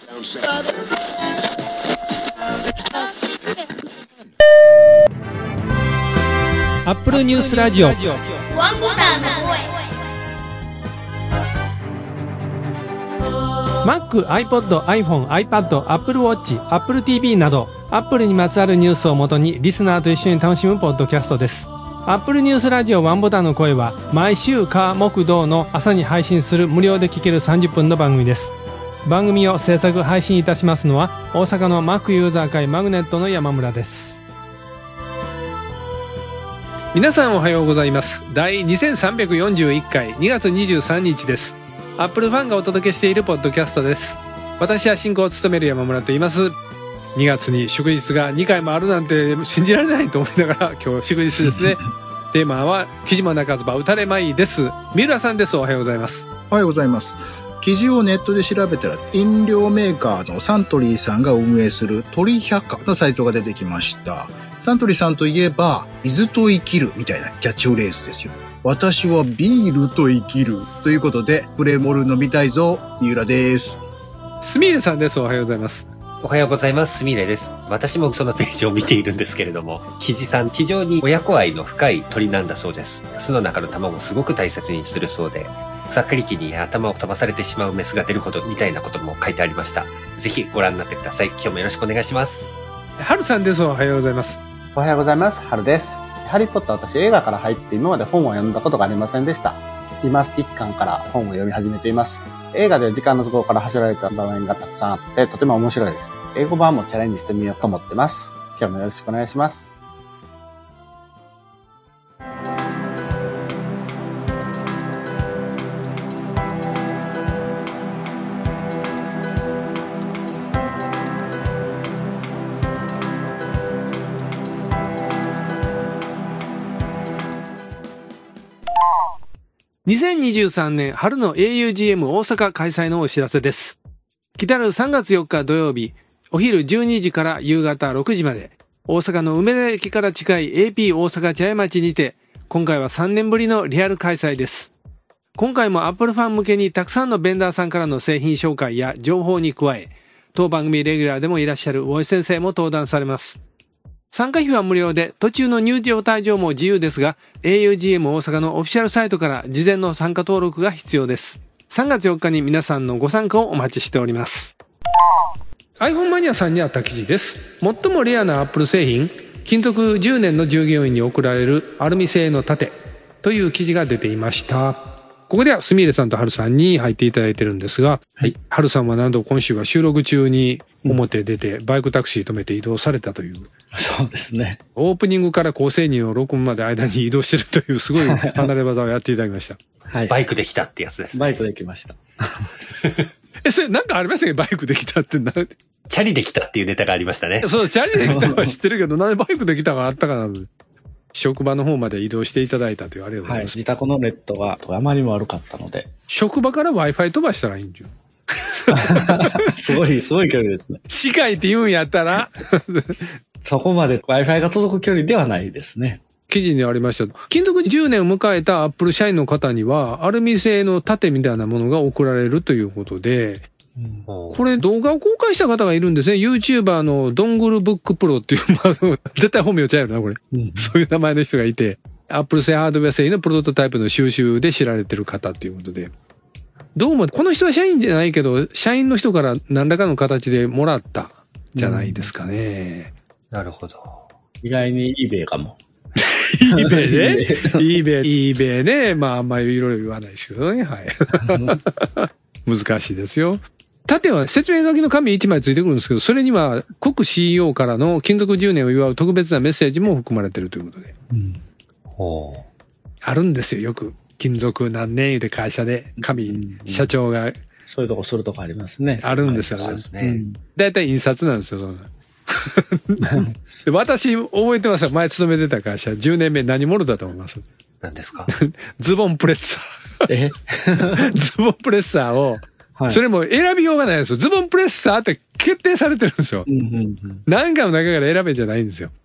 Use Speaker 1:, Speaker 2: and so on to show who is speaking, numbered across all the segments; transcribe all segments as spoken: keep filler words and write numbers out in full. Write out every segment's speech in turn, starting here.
Speaker 1: アップルニュースラジオワンボタンの声。 Mac、iPod、iPhone、iPad、Apple Watch、Apple ティーブイ など Apple にまつわるニュースをもとにリスナーと一緒に楽しむポッドキャストです。Apple ニュースラジオワンボタンの声は毎週火木土の朝に配信する無料で聴けるさんじゅっぷんの番組です。番組を制作配信いたしますのは大阪の Mac ユーザー会マグネットの山村です。皆さんおはようございます。第にせんさんびゃくよんじゅういっかいにがつにじゅうさんにちです。アップルファンがお届けしているポッドキャストです。私は進行を務める山村と言います。にがつに祝日がにかいもあるなんて信じられないと思いながら今日祝日ですね。テーマは記事も泣かずば打たれまいです。三浦さんです。おはようございます。
Speaker 2: おはようございます。記事をネットで調べたら飲料メーカーのサントリーさんが運営する鳥百科のサイトが出てきました。サントリーさんといえば水と生きるみたいなキャッチフレーズですよ。私はビールと生きるということでプレモル飲みたいぞ三浦です。
Speaker 1: すみれさんです。おはようございます。
Speaker 3: おはようございます。すみれです。私もそのページを見ているんですけれども、キジさん非常に親子愛の深い鳥なんだそうです。巣の中の卵をすごく大切にするそうで、草刈り機に頭を飛ばされてしまうメスが出るほどみたいなことも書いてありました。ぜひご覧になってください。今日もよろしくお願いします。
Speaker 1: はるさんです。おはようございます。
Speaker 4: おはようございます。はるです。ハリーポッター、私映画から入って今まで本を読んだことがありませんでした。今いっかんから本を読み始めています。映画では時間の都合から走られた場面がたくさんあってとても面白いです。英語版もチャレンジしてみようと思ってます。今日もよろしくお願いします。
Speaker 1: にせんにじゅうさんねん春の エーユージーエム 大阪開催のお知らせです。来たるさんがつよっか土曜日、お昼じゅうにじから夕方ろくじまで、大阪の梅田駅から近い エーピー 大阪茶屋町にて、今回はさんねんぶりのリアル開催です。今回も Apple ファン向けにたくさんのベンダーさんからの製品紹介や情報に加え、当番組レギュラーでもいらっしゃる大井先生も登壇されます。参加費は無料で途中の入場退場も自由ですが エーユージーエム 大阪のオフィシャルサイトから事前の参加登録が必要です。さんがつよっかに皆さんのご参加をお待ちしております。 iPhone マニアさんにあった記事です。最もレアな Apple 製品、勤続じゅうねんの従業員に贈られるアルミ製の盾という記事が出ていました。ここではすみれさんとはるさんに入っていただいてるんですが、はい、はるさんは何度今週は収録中に表出てバイクタクシー止めて移動されたという、
Speaker 4: そうですね。
Speaker 1: オープニングから構成人を録音まで間に移動してるというすごい離れ技をやっていただきました。
Speaker 3: はい。バイクできたってやつですね。
Speaker 4: バイクできました。
Speaker 1: え、それなんかありましたっけ？バイクできたってな。チ
Speaker 3: ャリできたっていうネタがありましたね。
Speaker 1: そう、チャリできたのは知ってるけど、なんでバイクできたがあったかな。職場の方まで移動していただいたというありがとうございます。
Speaker 4: はい。自宅のネットがあまりにも悪かったので。
Speaker 1: 職場から Wi-Fi 飛ばしたらいいんじゃん。
Speaker 4: すごい、すごい距離ですね。
Speaker 1: 近いって言うんやったら
Speaker 4: そこまで Wi-Fi が届く距離ではないですね。
Speaker 1: 記事にありました。勤続じゅうねんを迎えたアップル社員の方には、アルミ製の盾みたいなものが贈られるということで、うん、これ動画を公開した方がいるんですね。YouTuber のドングルブックプロっていう、まあ、絶対本名ちゃうよな、これ、うん。そういう名前の人がいて、アップル製ハードウェア製のプロトタイプの収集で知られてる方っていうことで。どうも、この人は社員じゃないけど、社員の人から何らかの形でもらったじゃないですかね。
Speaker 3: うん、なるほど。
Speaker 4: 意外に eBay かも。
Speaker 1: eBay ね。eBay、eBay ね。まあ、あんまりいろいろ言わないですけどね。はい。難しいですよ。盾は説明書きの紙いちまいついてくるんですけど、それには国 シーイーオー からの勤続じゅうねんを祝う特別なメッセージも含まれているということで。うん、ほう。あるんですよ、よく。勤続何年で会社で紙、うん、社長が。
Speaker 4: そういうとこするとこありますね。
Speaker 1: あるんですよ。
Speaker 3: そうですね。
Speaker 1: だいたい印刷なんですよ、そんな。私、覚えてますよ。前勤めてた会社、じゅうねんめ何者だと思います？
Speaker 3: 何ですか？
Speaker 1: ズボンプレッサー。えズボンプレッサーを、はい、それも選びようがないんですよ。ズボンプレッサーって決定されてるんですよ。うんうんうん、何回も中から選べんじゃないんですよ。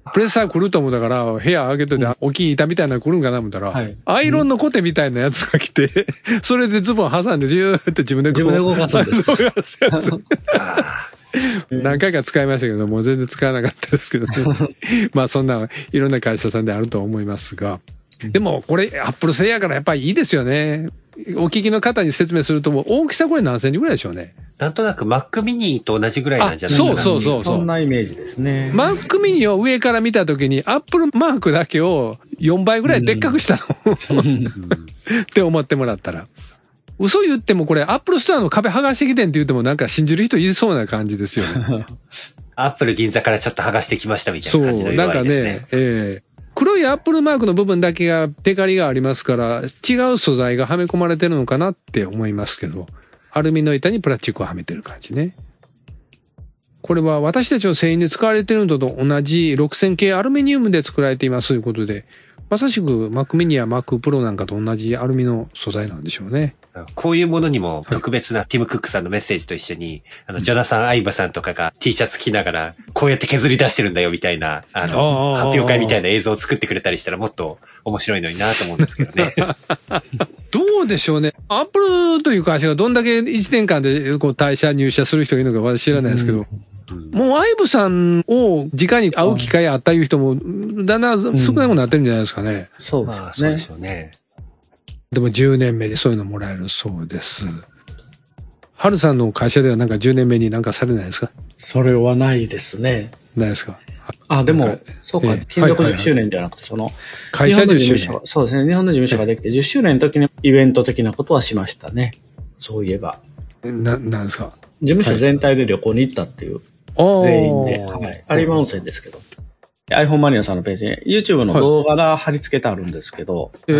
Speaker 1: プレッサー来ると思ったから、部屋開けといて、大きい板みたいなの来るんかな思ったら、はい、アイロンのコテみたいなやつが来て、それでズボン挟んで、ジューって自分でこう。
Speaker 4: 自分で動かすんです。
Speaker 1: 動かすやつ。何回か使いましたけど、もう全然使わなかったですけどね。まあそんないろんな会社さんであると思いますが。でもこれアップル製やからやっぱりいいですよね。お聞きの方に説明するともう大きさこれ何センチぐらいでしょうね。
Speaker 3: なんとなく Mac mini と同じぐらいなんじゃないかな。
Speaker 1: そうそうそうそう。
Speaker 4: そんなイメージですね。
Speaker 1: Mac mini を上から見たときに Apple マークだけをよんばいぐらいでっかくしたの。って思ってもらったら。嘘言ってもこれアップルストアの壁剥がしてきてんって言ってもなんか信じる人いそうな感じですよね。
Speaker 3: アップル銀座からちょっと剥がしてきましたみたいな感じの色合いですね。そう、なんかね、
Speaker 1: えー、黒いアップルマークの部分だけがテカリがありますから違う素材がはめ込まれてるのかなって思いますけど、アルミの板にプラスチックをはめてる感じね。これは私たちの製品で使われているのと同じろくせん系アルミニウムで作られていますということで、まさしく Mac mini や Mac Pro なんかと同じアルミの素材なんでしょうね。
Speaker 3: こういうものにも特別なティム・クックさんのメッセージと一緒に、あの、ジョナサン・アイバさんとかが T シャツ着ながら、こうやって削り出してるんだよみたいな、あの、発表会みたいな映像を作ってくれたりしたらもっと面白いのになと思うんですけどね。
Speaker 1: どうでしょうね。アップルという会社がどんだけいちねんかんでこう退社入社する人がいるのか私知らないですけど、うん、もうアイブさんを直に会う機会あったいう人もだんだん少なくなってるんじゃないですかね。
Speaker 4: うん、そうですね。
Speaker 3: まあ、そうでしょうね。
Speaker 1: でもじゅうねんめでそういうのもらえるそうです。ハルさんの会社ではなんかじゅうねんめになんかされないですか？
Speaker 4: それはないですね。
Speaker 1: ないですか？
Speaker 4: あ、でも、そうか、勤続じゅっしゅうねんじゃなくて、その、
Speaker 1: 会社じゅっしゅうねん。
Speaker 4: そうですね。日本の事務所ができてじゅっしゅうねんの時にイベント的なことはしましたね。そういえば。
Speaker 1: な、なんですか？
Speaker 4: 事務所全体で旅行に行ったっていう。全員で。はい。有馬温泉ですけど。iPhone マニアさんのページに YouTube の動画が貼り付けてあるんですけど、はい、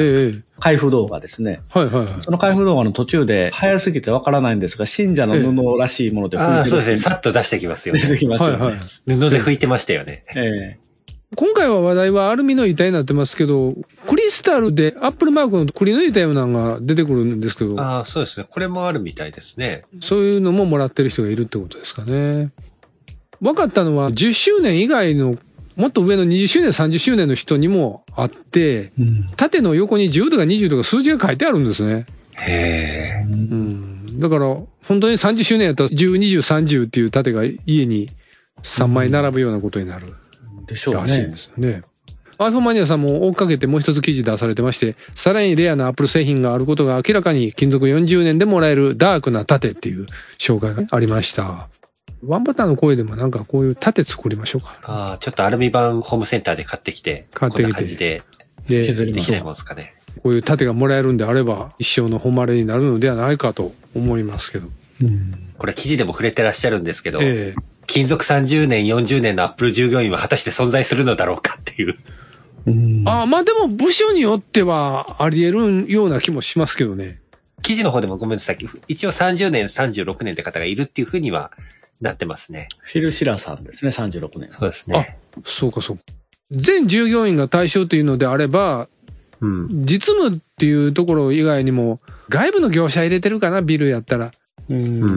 Speaker 4: 開封動画ですね。
Speaker 1: はいはいはい。
Speaker 4: その開封動画の途中で早すぎてわからないんですが、信者の布らしいもので拭いてる、
Speaker 3: ああ、そうですね。さっと出してきますよね。
Speaker 4: 出てきますよね。はいはい、
Speaker 3: 布で拭いてましたよね。
Speaker 4: ええ。
Speaker 1: 今回は話題はアルミの板になってますけど、クリスタルでアップルマークのくり抜いたようなのが出てくるんですけど。
Speaker 3: ああ、そうですね。これもあるみたいですね。
Speaker 1: そういうのももらってる人がいるってことですかね。分かったのはじゅっしゅうねん以外のもっと上のにじゅっしゅうねん、さんじゅっしゅうねんの人にもあって、うん、縦の横にじゅうとかにじゅうとか数字が書いてあるんですね。
Speaker 3: へー。
Speaker 1: うん。だから、本当にさんじゅっしゅうねんやったらじゅう、にじゅう、さんじゅうっていう縦が家にさんまい並ぶようなことになる。
Speaker 4: うん、でしょうね。
Speaker 1: らしいんですよね。iPhone マニアさんも追っかけてもう一つ記事出されてまして、さらにレアな Apple 製品があることが明らかに勤続よんじゅうねんでもらえるダークな縦っていう紹介がありました。ワンバターの声でもなんかこういう盾作りましょうか。
Speaker 3: ああ、ちょっとアルミ版ホームセンターで買ってきて、買ってきてこんな感じで削りできないもんですかね。
Speaker 1: こういう盾がもらえるんであれば一生の誉れになるのではないかと思いますけど。
Speaker 4: うん、
Speaker 3: これ記事でも触れてらっしゃるんですけど、えー、勤続さんじゅうねん、よんじゅうねんのアップル従業員は果たして存在するのだろうかっていう。
Speaker 1: うん、ああ、まあでも部署によってはあり得るような気もしますけどね。
Speaker 3: 記事の方でもごめんなさい。一応さんじゅうねん、さんじゅうろくねんって方がいるっていうふうにはなってますね。
Speaker 4: フィル・シラーさんですね、さんじゅうろくねん。
Speaker 3: そうですね。
Speaker 1: あ、そうかそうか。全従業員が対象というのであれば、うん、実務っていうところ以外にも、外部の業者入れてるかな、ビルやったら。うん、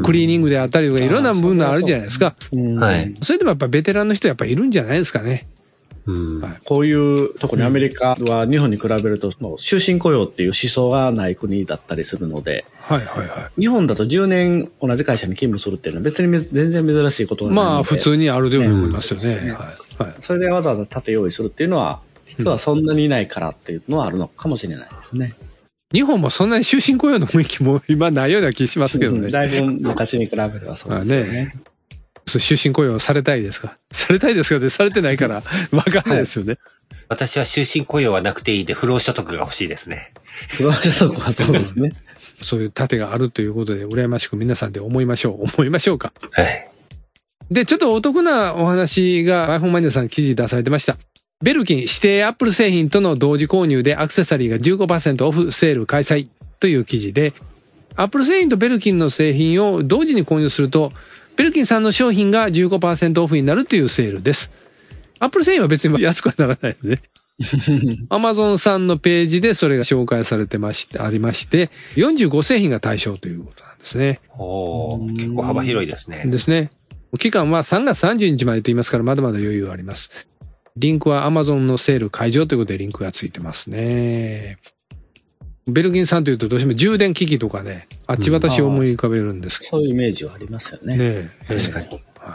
Speaker 1: クリーニングであったりとかいろんな分野あるじゃないですか。
Speaker 3: はい。
Speaker 1: それでもやっぱベテランの人やっぱいるんじゃないですかね。
Speaker 3: うんはい、
Speaker 4: こういう、特にアメリカは日本に比べると、終身雇用っていう思想がない国だったりするので、
Speaker 1: はいはいはい。
Speaker 4: 日本だとじゅうねん同じ会社に勤務するっていうのは別に全然珍しいことなので。
Speaker 1: まあ普通にあるように思いますよね。ね
Speaker 4: はいはい、それでわざわざ盾用意するっていうのは、実はそんなにいないからっていうのはあるのかもしれないですね。
Speaker 1: 日本もそんなに終身雇用の雰囲気も今ないような気しますけどね。
Speaker 4: だいぶ昔に比べればそうですよね。
Speaker 1: 終身雇用されたいですかされたいですかってされてないからわかんないですよね。
Speaker 3: 私は終身雇用はなくていいで不労所得が欲しいですね。
Speaker 4: 不労所得はそうですね。
Speaker 1: そういう盾があるということで羨ましく皆さんで思いましょう。思いましょうか。
Speaker 3: はい。
Speaker 1: で、ちょっとお得なお話が iPhone マニアさん記事出されてました。ベルキン指定アップル製品との同時購入でアクセサリーが じゅうごパーセント オフセール開催という記事で、アップル製品とベルキンの製品を同時に購入すると、ベルキンさんの商品が じゅうごパーセント オフになるというセールです。アップル製品は別に安くはならないので、ね。アマゾンさんのページでそれが紹介されてまして、ありまして、よんじゅうご製品が対象ということなんですね。
Speaker 3: おー、結構幅広いですね。
Speaker 1: ですね。期間はさんがつさんじゅうにちまでと言いますから、まだまだ余裕あります。 リンクは Amazon のセール会場ということでリンクがついてますね。ベルギンさんというとどうしても充電機器とかね、あっち私を思い浮かべるんですけど。
Speaker 4: そういうイメージはありますよね。
Speaker 1: ねえ
Speaker 3: 確かに、
Speaker 1: はい。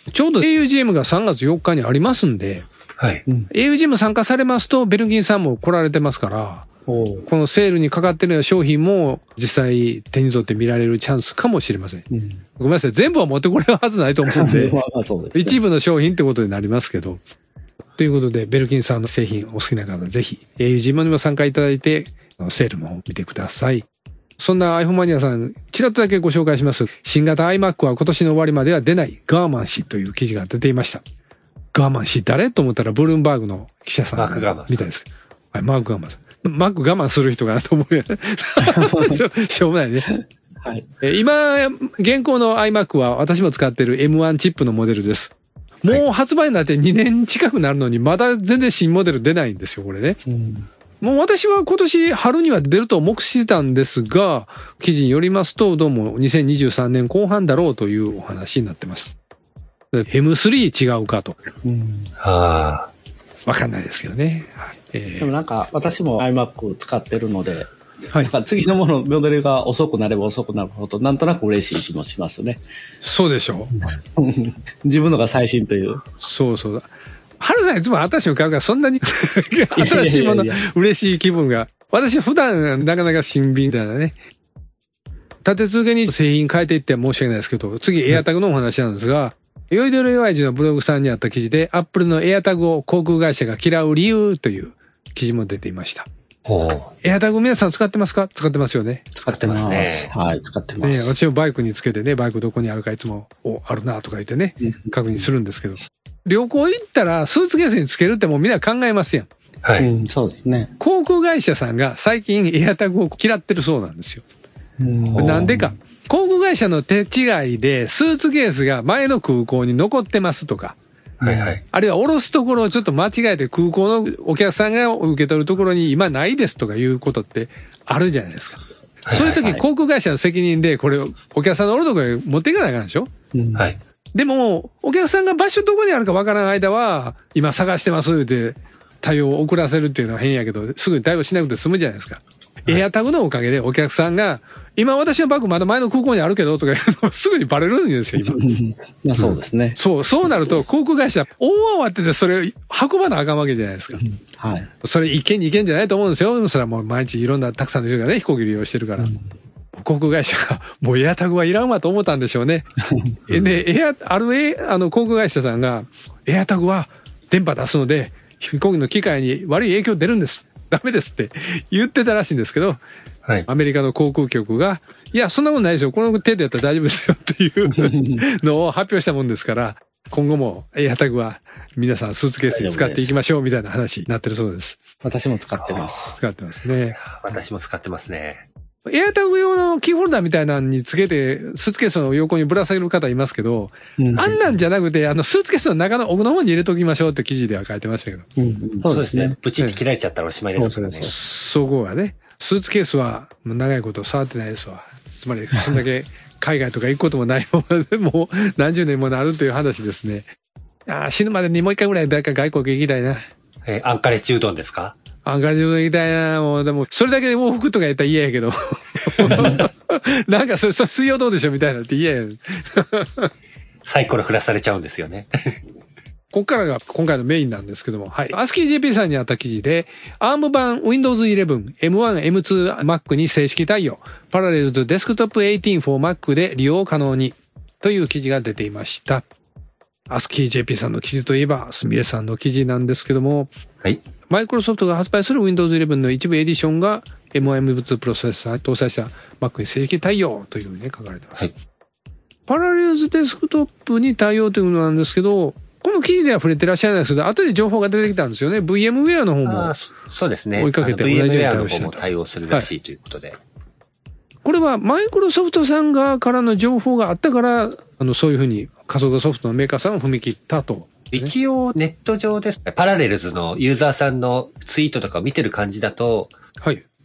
Speaker 1: ちょうど エーユージーエム がさんがつよっかにありますんで、
Speaker 3: はい。
Speaker 4: うん、
Speaker 1: エーユージーエム 参加されますと、ベルギンさんも来られてますから、
Speaker 4: こ
Speaker 1: のセールにかかってるような商品も実際手に取って見られるチャンスかもしれません。うん、ごめんなさい。全部は持ってこれるはずないと思うんで、まあそうですね、一部の商品ってことになりますけど。ということで、ベルギンさんの製品お好きな方、ぜひ エーユージーエム にも参加いただいて、セールも見てください。そんな iPhone マニアさん、ちらっとだけご紹介します。新型 iMac は今年の終わりまでは出ないガーマン氏という記事が出ていました。ガーマン氏誰と思ったらブルームバーグの記者さんみたいです。はい、マークガーマンさん。マック我慢する人かなと思うよね。しょ、しょうもないね。はい。今、現行の iMac は私も使っている エムワン チップのモデルです。もう発売になってにねん近くなるのに、まだ全然新モデル出ないんですよ、これね。うん、もう私は今年春には出ると目してたんですが、記事によりますと、どうもにせんにじゅうさんねんこう半だろうというお話になってます。エムスリー 違うかと。うん、はあ。わかんないですけどね。はい
Speaker 4: でもなんか私も iMac 使ってるので、はい、なんか次のものモデルが遅くなれば遅くなるほどなんとなく嬉しい気もしますね。
Speaker 1: そうでしょ
Speaker 4: う。自分のが最新という。
Speaker 1: そうそう。春さんいつも新しいの買うからそんなに新しいもの嬉しい気分が。私普段なかなか新品だね。立て続けに製品変えていっては申し訳ないですけど、次 AirTag のお話なんですが、ヨイドル エーワイジー のブログさんにあった記事で Apple の AirTag を航空会社が嫌う理由という記事も出ていました。ほう。エアタグ皆さん使ってますか？使ってますよね。
Speaker 3: 使ってますね。
Speaker 4: はい、使ってます。
Speaker 1: ね、私もバイクにつけてね、バイクどこにあるかいつも、お、あるなとか言ってね、確認するんですけど。旅行行ったらスーツケースにつけるってもうみんな考えますやん。
Speaker 4: はい、うん。そうですね。
Speaker 1: 航空会社さんが最近エアタグを嫌ってるそうなんですよ。なんでか。航空会社の手違いでスーツケースが前の空港に残ってますとか。はいはい。あるいは降ろすところをちょっと間違えて空港のお客さんが受け取るところに今ないですとかいうことってあるじゃないですか。そういう時航空会社の責任でこれをお客さんのおるところに持っていかなあかんでしょ？はい。でも、お客さんが場所どこにあるかわからない間は、今探してますって対応を遅らせるっていうのは変やけど、すぐに対応しなくて済むじゃないですか。はい、エアタグのおかげでお客さんが、今私のバッグまだ前の空港にあるけどとかいうのすぐにバレるんですよ、今。
Speaker 4: まあそうですね、
Speaker 1: うん。そう、そうなると航空会社、大慌てでそれを運ばなあかんわけじゃないですか。はい。それ一件二件じゃないと思うんですよ。それはもう毎日いろんなたくさんの人がね、飛行機利用してるから。うん、航空会社が、もうエアタグはいらんわと思ったんでしょうね。で、エア、あるエあの航空会社さんが、エアタグは電波出すので、飛行機の機械に悪い影響出るんです。ダメですって言ってたらしいんですけど、はい、アメリカの航空局が、いや、そんなことないですよ。この程度やったら大丈夫ですよっていうのを発表したもんですから、今後もエアタグは皆さんスーツケースに使っていきましょうみたいな話になってるそうです。
Speaker 4: 私も使ってます。
Speaker 1: 使ってますね。
Speaker 3: 私も使ってますね。
Speaker 1: エアタグ用のキーホルダーみたいなのにつけて、スーツケースの横にぶら下げる方いますけど、うん、あんなんじゃなくて、あの、スーツケースの中の奥の方に入れときましょうって記事では書いてましたけど。
Speaker 3: うん、そうですね。ブチって切られちゃったらおしまいですからね。
Speaker 1: そこはね。スーツケースは長いこと触ってないですわ。つまり、そんだけ海外とか行くこともないままでもう何十年もなるという話ですね。あ死ぬまでにもう一回ぐらい誰か外国行きたいな。
Speaker 3: えー、アンカレッジうどんですか？
Speaker 1: アンカレッジうどん行きたいな。もう、でも、それだけで往復とかやったら嫌やけど。なんか、それ、それ水曜どうでしょみたいなって嫌や。
Speaker 3: サイコロ振らされちゃうんですよね。
Speaker 1: ここからが今回のメインなんですけども、はい。アスキー ジェーピー さんにあった記事で、アーム 版 ウィンドウズイレブン、エムワン、エムツー Mac に正式対応。パラレルズデスクトップじゅうはち for Mac で利用可能に。という記事が出ていました。アスキー ジェーピー さんの記事といえば、すみれさんの記事なんですけども、はい。マイクロソフトが発売する ウィンドウズイレブン の一部エディションが エムワン、エムツー プロセッサー搭載した Mac に正式対応というふうにね、書かれてます。はい。パラレルズデスクトップに対応というのなんですけど、この記事では触れてらっしゃらないですけど、後で情報が出てきたんですよね。VMware の方も。
Speaker 3: そうですね。
Speaker 1: 追いかけて同じように対応した。
Speaker 3: VMware の方も対応するらしいということで。はい、
Speaker 1: これはマイクロソフトさん側からの情報があったから、あの、そういうふうに仮想化ソフトのメーカーさんを踏み切ったと。
Speaker 3: 一応ネット上です。パラレルズのユーザーさんのツイートとかを見てる感じだと、はい。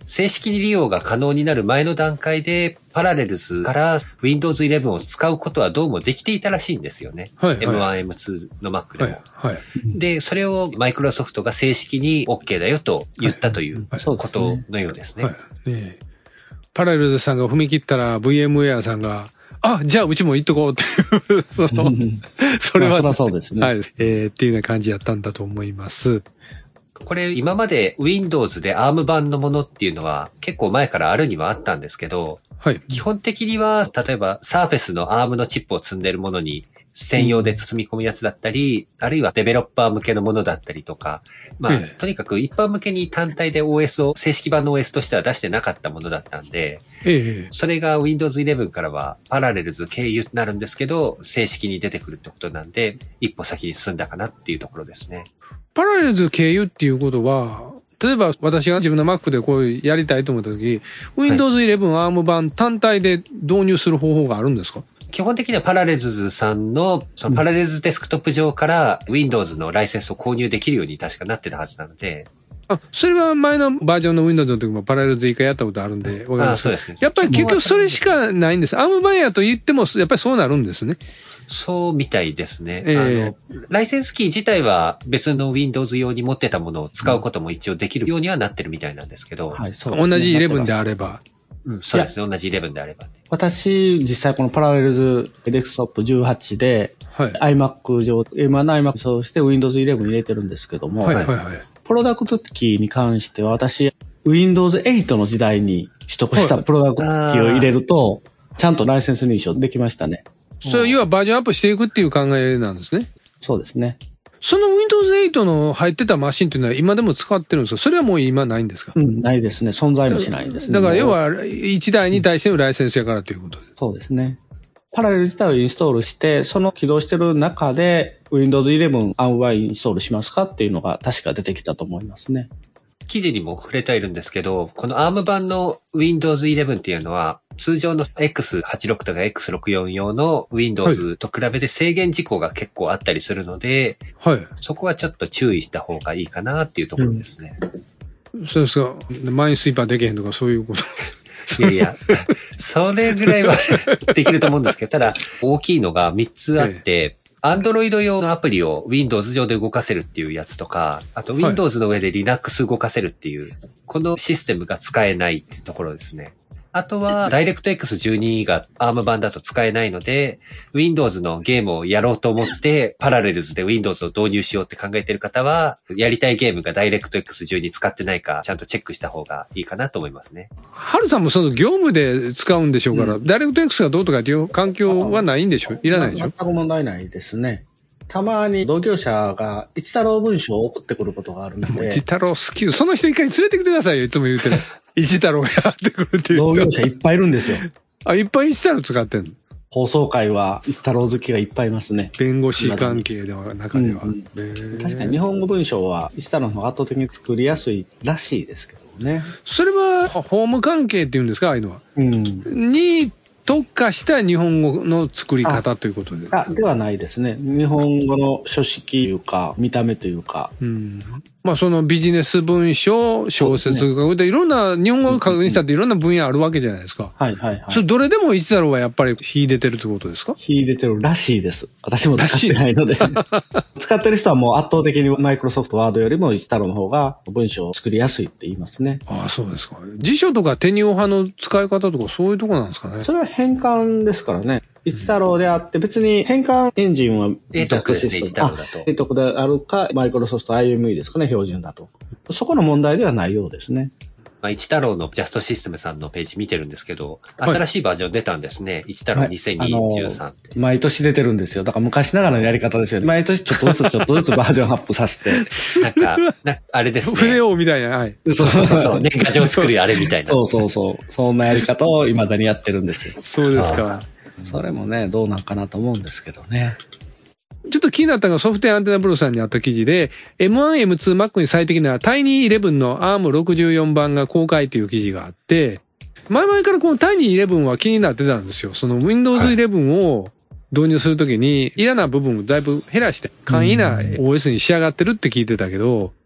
Speaker 3: 正式に利用が可能になる前の段階で、パラレルズから ウィンドウズイレブン を使うことはどうもできていたらしいんですよね。
Speaker 1: はいはい、
Speaker 3: エムワン、エムツー の Mac でも。
Speaker 1: はいはい、
Speaker 3: で、それをマイクロソフトが正式に OK だよと言ったということのようですね。
Speaker 1: はいはいね、パラレルズさんが踏み切ったら VMware さんが、あ、じゃあうちも行っとこうっていう、その、それは、
Speaker 4: まあ、そりゃそうですね。
Speaker 1: はい。えー、っていうような感じやったんだと思います。
Speaker 3: これ今まで Windows で アーム 版のものっていうのは結構前からあるにはあったんですけど、
Speaker 1: はい。
Speaker 3: 基本的には例えば Surface の アーム のチップを積んでるものに専用で包み込むやつだったり、うん、あるいはデベロッパー向けのものだったりとか、まあ、ええ、とにかく一般向けに単体で オーエス を正式版の オーエス としては出してなかったものだったんで、ええ、それが ウィンドウズイレブン からはパラレルズ経由になるんですけど、正式に出てくるってことなんで、一歩先に進んだかなっていうところですね。
Speaker 1: パラレルズ経由っていうことは、例えば私が自分の Mac でこうやりたいと思ったとき、ウィンドウズイレブン アーム 版単体で導入する方法があるんですか？
Speaker 3: 基本的にはパラレルズさんの、そのパラレルズデスクトップ上から Windows のライセンスを購入できるように確かなってたはずなので。
Speaker 1: あ、それは前のバージョンの Windows の時もパラレルズ以下やったことあるんで、わかります。あ、
Speaker 3: そうですね。
Speaker 1: やっぱり結局それしかないんです。アーム 版やと言っても、やっぱりそうなるんですね。
Speaker 3: そうみたいですね。
Speaker 1: えー、
Speaker 3: あの、ライセンスキー自体は別の Windows 用に持ってたものを使うことも一応できるようにはなってるみたいなんですけど。
Speaker 1: はい、そうですね。同じじゅういちであれば。
Speaker 3: うん、そうですね。同じじゅういちであれば、ね。
Speaker 4: 私、実際このパラレルズデスクトップじゅうはちで、はい、iMac 上、エムワン の iMac そうして ウィンドウズイレブン 入れてるんですけども、はいはいはい、プロダクトキーに関しては私、ウィンドウズエイト の時代に取得したプロダクトキーを入れると、ちゃんとライセンス認証できましたね。
Speaker 1: それは要はバージョンアップしていくっていう考えなんですね。
Speaker 4: そうですね。
Speaker 1: その ウィンドウズエイト の入ってたマシンっていうのは今でも使ってるんですか？それはもう今ないんですか？
Speaker 4: うん、ないですね。存在もしないですね。
Speaker 1: だから要はいちだいに対してのライセンスやからということで、うん。
Speaker 4: そうですね。パラレル自体をインストールして、その起動してる中で ウィンドウズイレブン アーム 版インストールしますかっていうのが確か出てきたと思いますね。
Speaker 3: 記事にも触れているんですけど、この アーム 版の ウィンドウズイレブン っていうのは、通常の エックスはちじゅうろく とか エックスろくじゅうよん 用の Windows と比べて制限事項が結構あったりするので、はい、そこはちょっと注意した方がいいかなっていうところですね。
Speaker 1: うん、そうですか。マインスイーパーできへんとかそういうこと。
Speaker 3: いやいや、それぐらいはできると思うんですけど、ただ大きいのがみっつあって、ええAndroid 用のアプリを Windows 上で動かせるっていうやつとか、あと Windows の上で Linux 動かせるっていう、はい、このシステムが使えないってところですね。あとは ダイレクトエックスじゅうに が アーム 版だと使えないので、Windows のゲームをやろうと思ってパラレルズで Windows を導入しようって考えている方は、やりたいゲームが ダイレクトエックスじゅうに 使ってないかちゃんとチェックした方がいいかなと思いますね。
Speaker 1: はるさんもその業務で使うんでしょうから、うん、ダイレクトエックスがどうとかっていう環境はないんでしょ？いらないでしょ？
Speaker 4: 全く問題ないですね。たまに同業者が一太郎文章を送ってくることがあるので。
Speaker 1: 一太郎好き。その人一回連れてきてくださいよ。いつも言うてる。一太郎がやってくるっていう人。
Speaker 4: 同業者いっぱいいるんですよ。
Speaker 1: あ、いっぱい一太郎使ってんの？
Speaker 4: 放送会は一太郎好きがいっぱいいますね。
Speaker 1: 弁護士関係では、中では、うんうん。
Speaker 4: 確かに日本語文章は一太郎の方が圧倒的に作りやすいらしいですけどね。
Speaker 1: それは、法務関係っていうんですか、ああいうのは。うん。に、特化した日本語の作り方ということで。
Speaker 4: あ、ではないですね。日本語の書式というか、見た目というか。
Speaker 1: うん。まあそのビジネス文章、小説書くで、いろんな日本語を書くにしたっていろんな分野あるわけじゃないですか。
Speaker 4: はいはいはい。
Speaker 1: それどれでも一太郎はやっぱり秀でてるってことですか？
Speaker 4: 秀でてるらしいです。私も使ってないので。使ってる人はもう圧倒的にマイクロソフトワードよりも一太郎の方が文章を作りやすいって言いますね。
Speaker 1: ああ、そうですか。辞書とかテニオ派の使い方とかそういうとこなんですかね。
Speaker 4: それは変換ですからね。一太郎であって、別に変換エンジンは
Speaker 3: ジャストシステムだと。
Speaker 4: 英徳であるか、マイクロソフト アイエムイー ですかね、標準だと。そこの問題ではないようですね。
Speaker 3: まあ、一太郎のジャストシステムさんのページ見てるんですけど、新しいバージョン出たんですね。はい、一太郎にせんにじゅうさんって、はい、
Speaker 4: 毎年出てるんですよ。だから昔ながらのやり方ですよね。毎年ちょっとずつちょっとずつバージョンアップさせて。
Speaker 3: なんか、なあれですね。
Speaker 1: 船王みたいな。はい。
Speaker 3: そうそうそう。年賀状作るあれみたいな。
Speaker 4: そうそうそう。そんなやり方を未だにやってるんですよ。
Speaker 1: そうですか。
Speaker 4: それもね、どうなんかなと思うんですけどね。
Speaker 1: ちょっと気になったのがソフトウェアアンテナブローさんにあった記事で エムワン、エムツー Mac に最適なタイニーイレブンの アームろくじゅうよん 版が公開という記事があって、前々からこのタイニーイレブンは気になってたんですよ。その ウィンドウズイレブン を導入するときに、いらない部分をだいぶ減らして簡易な オーエス に仕上がってるって聞いてたけど、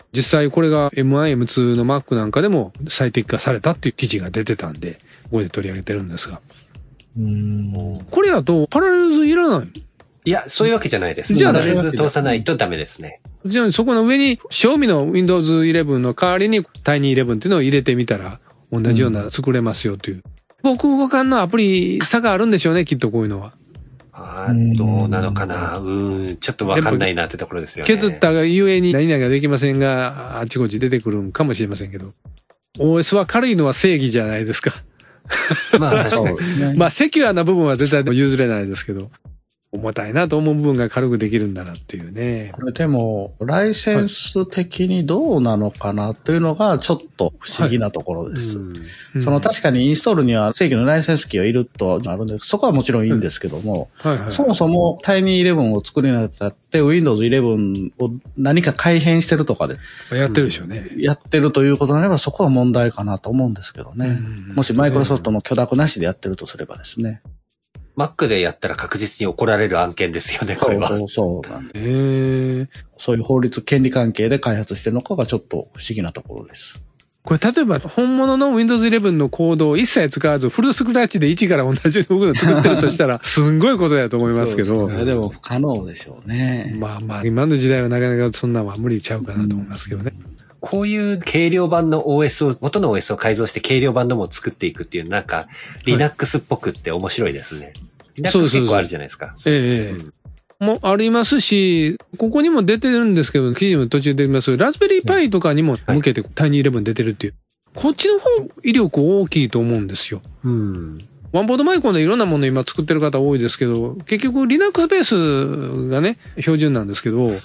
Speaker 1: 実際これが エムワン、エムツー の Mac なんかでも最適化されたっていう記事が出てたんで、ここで取り上げてるんですが。
Speaker 2: うーん。
Speaker 1: これやとパラレル図いらない？
Speaker 3: いや、そういうわけじゃないです。
Speaker 1: じゃあ
Speaker 3: パラレル図通さないとダメですね。
Speaker 1: じゃあそこの上に、賞味の ウィンドウズイレブン の代わりに タイニーイレブン っていうのを入れてみたら、同じような作れますよという。僕互換のアプリ差があるんでしょうね、きっとこういうのは。
Speaker 3: あー、どうなのかな。うん、ちょっとわかんないなってところですよね。
Speaker 1: 削ったがゆえに何々ができませんが、あちこち出てくるんかもしれませんけど。オーエス は軽いのは正義じゃないですか。
Speaker 3: まあ確かに。
Speaker 1: まあセキュアな部分は絶対譲れないですけど。重たいなと思う部分が軽くできるんだなっていうね。
Speaker 4: これでも、ライセンス的にどうなのかなというのがちょっと不思議なところです。
Speaker 3: うん
Speaker 4: その確かにインストールには正規のライセンスキーがいるとあるんで、そこはもちろんいいんですけども、
Speaker 1: うんはいはい、
Speaker 4: そもそもタイニーイレブンを作るにあたって ウィンドウズイレブン を何か改変してるとかで
Speaker 1: やってるでしょうね。
Speaker 4: やってるということになればそこは問題かなと思うんですけどね。
Speaker 1: うん
Speaker 4: もしマイクロソフトの許諾なしでやってるとすればですね。
Speaker 3: Mac でやったら確実に怒られる案件ですよね、これは。
Speaker 4: そうそうそうなんで。
Speaker 1: へー
Speaker 4: そういう法律、権利関係で開発してるのかがちょっと不思議なところです。
Speaker 1: これ例えば本物の ウィンドウズイレブン のコードを一切使わずフルスクラッチで一から同じように動くのを作ってるとしたらすんごいことだと思いますけど。
Speaker 4: そうですね、でも不可能でしょうね。
Speaker 1: まあまあ今の時代はなかなかそんなのは無理ちゃうかなと思いますけどね。
Speaker 3: こういう軽量版の オーエス を、元の オーエス を改造して軽量版のものを作っていくっていう、なんか Linux っぽくって面白いですね。Linux 結構あるじゃないですか。
Speaker 1: ええ
Speaker 3: うん
Speaker 1: もありますし、ここにも出てるんですけど、記事も途中で出ますラズベリーパイとかにも向けてタイニーイレブン出てるっていう。こっちの方威力大きいと思うんですよ。
Speaker 3: うん。
Speaker 1: ワンボードマイコンでいろんなもの今作ってる方多いですけど、結局 Linux ベースがね、標準なんですけど、うん、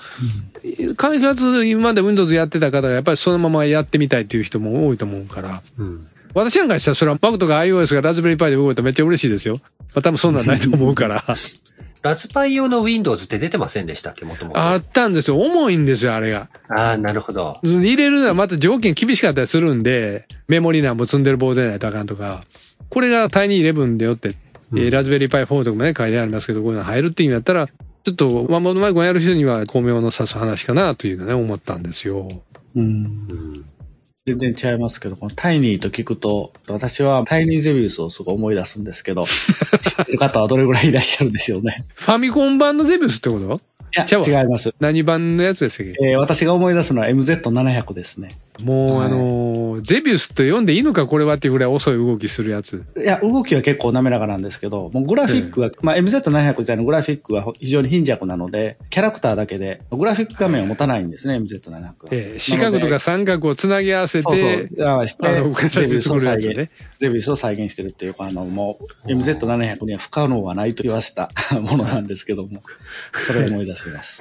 Speaker 1: 開発今まで Windows やってた方がやっぱりそのままやってみたいっていう人も多いと思うから、うん、私なんかしたらそれは Mac とか iOS がラズベリーパイで動いたらめっちゃ嬉しいですよ。まあ多分そんなんないと思うから。
Speaker 3: ラズパイ用の Windows って出てませんでしたっけ、もともと。
Speaker 1: あったんですよ。重いんですよ、あれが。
Speaker 3: ああ、なるほど。
Speaker 1: 入れるのはまた条件厳しかったりするんで、メモリなんも積んでるボードでないとあかんとか。これがタイニーイレブンでよって、うん、ラズベリーパイフォーとかもね、書いてありますけど、こういうの入るって意味だったら、ちょっとワンボードマイコンやる人には巧妙の指す話かなというのね、思ったんですよ。
Speaker 4: うんうん全然違いますけど、このタイニーと聞くと、私はタイニーゼビウスをすごい思い出すんですけど、知ってる方はどれぐらいいらっしゃるでしょうね。
Speaker 1: ファミコン版のゼビウスってこと？
Speaker 4: いや、違います。
Speaker 1: 何版のやつでしたっけ？
Speaker 4: えー、私が思い出すのは エムゼットななひゃく ですね。
Speaker 1: もう、はい、あのー、ゼビウスと読んでいいのかこれはっていうぐらい遅い動きするやつ。
Speaker 4: いや、動きは結構滑らかなんですけど、もうグラフィックは、えー、まあ エムゼットななひゃく 自体のグラフィックは非常に貧弱なので、キャラクターだけで、グラフィック画面を持たないんですね、エムゼットななひゃく は。
Speaker 1: えー、四角とか三角をつなぎ合わせて、
Speaker 4: そうそう合わせて、
Speaker 1: ゼビウスを再現、
Speaker 4: ね、ゼビウスを再現してるっていうか、あの、もう、エムゼットななひゃく には不可能はないと言わせたものなんですけども、それを思い出します。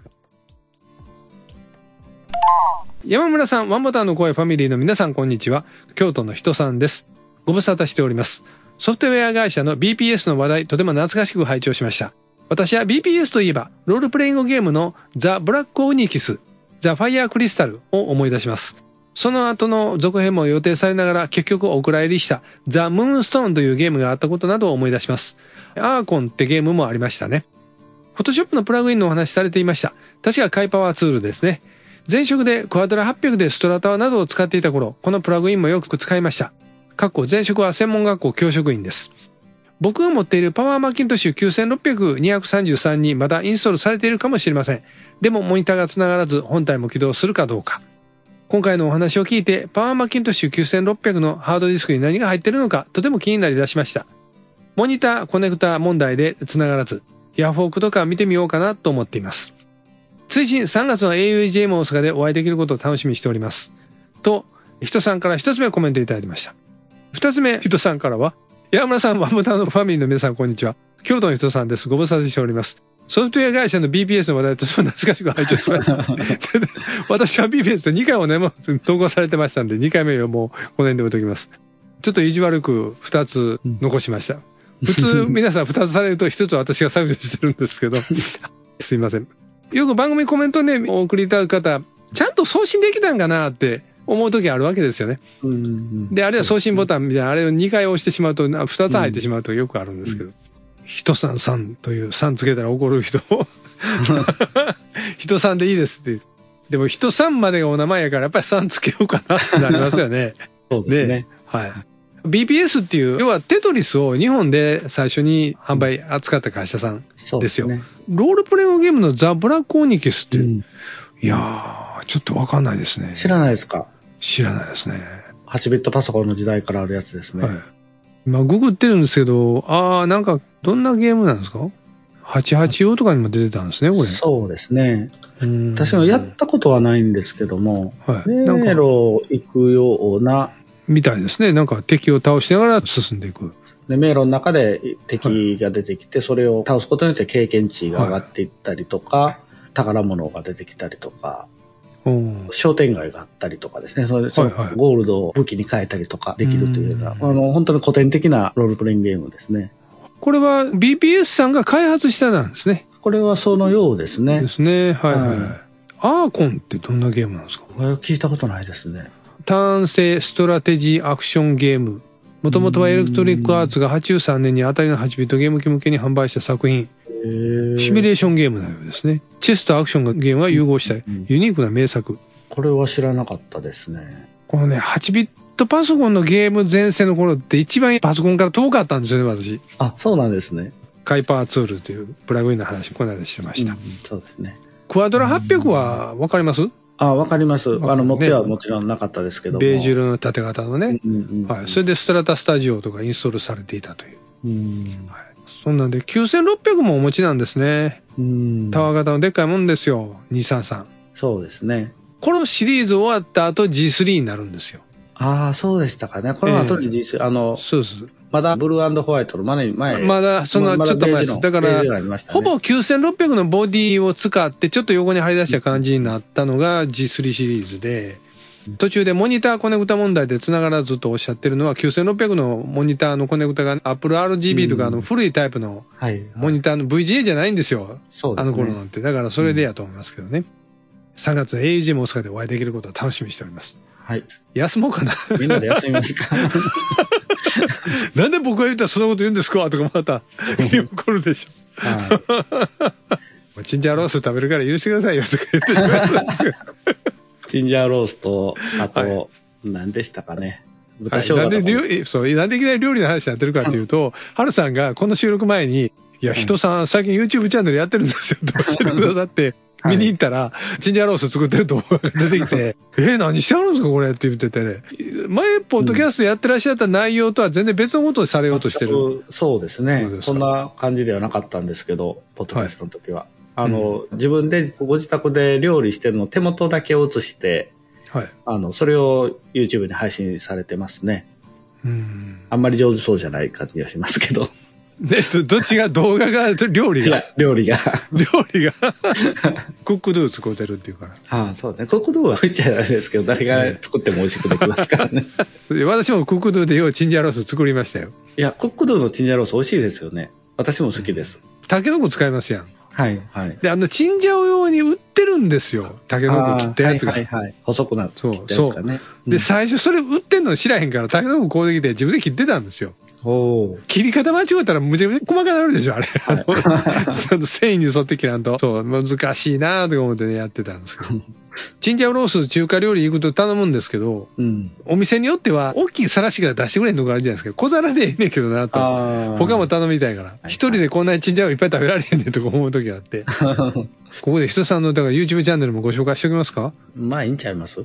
Speaker 1: 山村さん、ワンボタンの声ファミリーの皆さん、こんにちは。京都の人さんです。ご無沙汰しております。ソフトウェア会社の ビーピーエス の話題、とても懐かしく拝聴しました。私は ビーピーエス といえば、ロールプレイングゲームのザ・ブラック・オニキス、ザ・ファイヤー・クリスタルを思い出します。その後の続編も予定されながら結局お蔵入りしたザ・ムーンストーンというゲームがあったことなどを思い出します。アーコンってゲームもありましたね。フォトショップのプラグインのお話されていました。確かカイパワーツールですね。前職でクワドラはっぴゃくでストラタワなどを使っていた頃、このプラグインもよく使いました。かっこ前職は専門学校教職員です。僕が持っているパワーマッキントッシュきゅうせんろっぴゃく、にひゃくさんじゅうさんにまだインストールされているかもしれません。でもモニターが繋がらず本体も起動するかどうか。今回のお話を聞いて、パワーマッキントッシュきゅうせんろっぴゃくのハードディスクに何が入っているのかとても気になりだしました。モニター、コネクタ問題で繋がらず、ヤフオクとか見てみようかなと思っています。追伸さんがつの エーユージーエム 大阪でお会いできることを楽しみにしております。と、人さんから一つ目コメントいただきました。二つ目、人さんからは、山村さん、ワンボタンのファミリーの皆さん、こんにちは。京都の人さんです。ご無沙汰しております。ソフトウェア会社の ビーピーエス の話題とても懐かしく拝聴しました。私は ビーピーエス とにかいもね、投稿されてましたんで、にかいめをもうこの辺で置いときます。ちょっと意地悪くふたつ残しました。普通、皆さんふたつされるとひとつ私が削除してるんですけど、すいません。よく番組コメントね、お送りいただく方、ちゃんと送信できたんかなって思う時あるわけですよね。うんうん、で、あるいは送信ボタンみたいな、あれをにかい押してしまうと、ふたつ入ってしまうとよくあるんですけど。うん、人さんさんというさんつけたら怒る人。人さんでいいですって。 でも人さんまでがお名前やからやっぱりさんつけようかなってなりますよね。
Speaker 4: そうですね。
Speaker 1: ねはい。ビーピーエス っていう、要はテトリスを日本で最初に販売扱った会社さんですよ。ですね、ロールプレイングゲームのザ・ブラック・オニキスって、うん、いやー、ちょっとわかんないですね。
Speaker 4: 知らないですか？
Speaker 1: 知らないですね。
Speaker 4: はちビットパソコンの時代からあるやつですね。はい。
Speaker 1: 今ググってるんですけど、あー、なんかどんなゲームなんですか？はちじゅうはち用とかにも出てたんですね、これ。
Speaker 4: そうですね。私もやったことはないんですけども、はい、迷路行くような。
Speaker 1: みたいですね。なんか敵を倒しながら進んでいく。
Speaker 4: で、迷路の中で敵が出てきて、はい、それを倒すことによって経験値が上がっていったりとか、はい、宝物が出てきたりとか、商店街があったりとかですね。それそのゴールドを武器に変えたりとかできるというような、あの、本当に古典的なロールプレイングゲームですね。
Speaker 1: これは ビーピーエス さんが開発したなんですね。
Speaker 4: これはそのようですね。
Speaker 1: ですね。はいはい。はい、アーコンってどんなゲームなんですか？
Speaker 4: これ聞いたことないですね。
Speaker 1: ターン制ストラテジーアクションゲーム。もともとはエレクトリックアーツがはちじゅうさんねんにあたりのはちビットゲーム機向けに販売した作品。シミュレーションゲームのようですね。チェスとアクションゲームが融合したユニークな名作。
Speaker 4: これは知らなかったですね。
Speaker 1: このね、はちビットパソコンのゲーム全盛の頃って一番パソコンから遠かったんですよね、私。
Speaker 4: あ、そうなんですね。
Speaker 1: カイパーツールというプラグインの話この間してました。うん、
Speaker 4: そうですね。
Speaker 1: クワドラはっぴゃくはわかります？
Speaker 4: あ、わかります。あの、持ってはもちろんなかったですけども。
Speaker 1: ベージュ色の縦型のね。はい。それでストラタスタジオとかインストールされていたという。うんはい、そんなんできゅうせんろっぴゃくもお持ちなんですね。うんタワー型のでっかいもんですよ。にさんさん。
Speaker 4: そうですね。
Speaker 1: このシリーズ終わった後 ジースリー になるんですよ。
Speaker 4: ああ、そうでしたかね。この後に ジースリー、えー、あの、
Speaker 1: そうです。
Speaker 4: まだブルー&ホワイトの前に、前
Speaker 1: まだ、その、ちょっと前です。だから、ほぼきゅうせんろっぴゃくのボディを使って、ちょっと横に張り出した感じになったのが ジースリー シリーズで、途中でモニターコネクタ問題で繋がらずとおっしゃってるのは、きゅうせんろっぴゃくのモニターのコネクタが Apple アールジービー とかの古いタイプのモニターの ブイジーエー じゃないんですよ。そうですね。あの頃なんて。だからそれでやと思いますけどね。さんがつ エーユージーエム 大阪でお会いできることを楽しみにしております。はい。休もうかな。
Speaker 4: みんなで休みますか？
Speaker 1: なんで僕が言ったらそんなこと言うんですかとかまた怒るでしょ。はい。チンジャーロース食べるから許してくださいよとか言ってしまうんですよ。
Speaker 4: チンジャーロースと、あと、はい、何でしたかね。
Speaker 1: 豚生姜とか、はい、なんで料理、そう、なんでいきなり料理の話になってるかっていうと、ハルさんがこの収録前に、いや、人さん、最近 YouTube チャンネルやってるんですよと教えてくださって、見に行ったら、チンジャーロース作ってる動画が出てきて、えー、何してあるんですかこれって言っててね。前、ポッドキャストやってらっしゃった内容とは全然別のことをされようとしてる。
Speaker 4: うん、そうですね。そんな感じではなかったんですけど、ポッドキャストの時は。はい、あの、うん、自分でご自宅で料理してるのを手元だけ映して、はい。あの、それを YouTube に配信されてますね。うん。あんまり上手そうじゃない感じがしますけど。
Speaker 1: で、ど、どっちが動画が、料理が。いや、
Speaker 4: 料理が。
Speaker 1: 料理が。クックドゥ使うてるっていうから。
Speaker 4: ああ、そうね。クックドゥは言っちゃあれですけど、誰が作っても美味しくできますからね。
Speaker 1: 私もクックドゥでようチンジャーロース作りましたよ。
Speaker 4: いや、クックドゥのチンジャーロース美味しいですよね。私も好きです。
Speaker 1: タケノコ使いますやん。
Speaker 4: はいはい。
Speaker 1: で、あの、チンジャオ用に売ってるんですよ。タケノコ切ったやつが。
Speaker 4: はいはいはい。細くなる。そう、
Speaker 1: そう。で、最初それ売ってんの知らへんから、タケノコこうできて自分で切ってたんですよ。お切り方間違ったらむちゃくちゃ細かくなるでしょ、あれ。はい、あの、その繊維に沿って切らんと。そう、難しいなぁと思ってね、やってたんですけど。チンジャオロース中華料理行くと頼むんですけど、うん、お店によっては大きい皿しか出してくれんのがあるじゃないですか。小皿でいいねんけどなと。他も頼みたいから。一、はい、人でこんなにチンジャオいっぱい食べられへんねんとか思う時があって。ここで人さんのだから YouTube チャンネルもご紹介しておきますか？
Speaker 4: まあいいんちゃいますい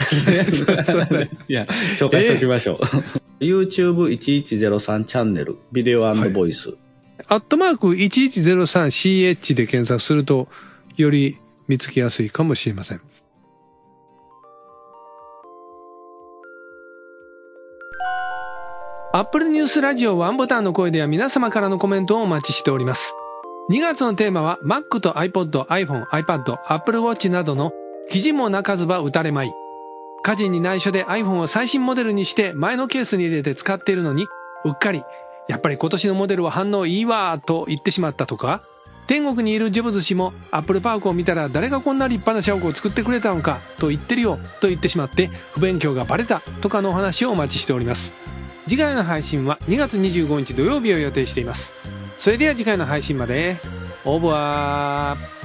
Speaker 4: や、紹介しておきましょう。えー、ユーチューブいちいちゼロさん チャンネル、ビデオ&ボイス。はい、
Speaker 1: アットマーク いちいちゼロさんシーエイチ で検索すると、より見つけやすいかもしれません。Apple News ラジオワンボタンの声では皆様からのコメントをお待ちしております。にがつのテーマは Mac と iPod、iPhone、iPad、Apple Watch などの記事も鳴かずば打たれまい。家人に内緒で iPhone を最新モデルにして前のケースに入れて使っているのに、うっかり、やっぱり今年のモデルは反応いいわーと言ってしまったとか、天国にいるジョブズ氏も Apple Park を見たら誰がこんな立派な社屋を作ってくれたのかと言ってるよと言ってしまって不勉強がバレたとかのお話をお待ちしております。次回の配信はにがつにじゅうごにち土曜日を予定しています。それでは次回の配信まで。オーバー。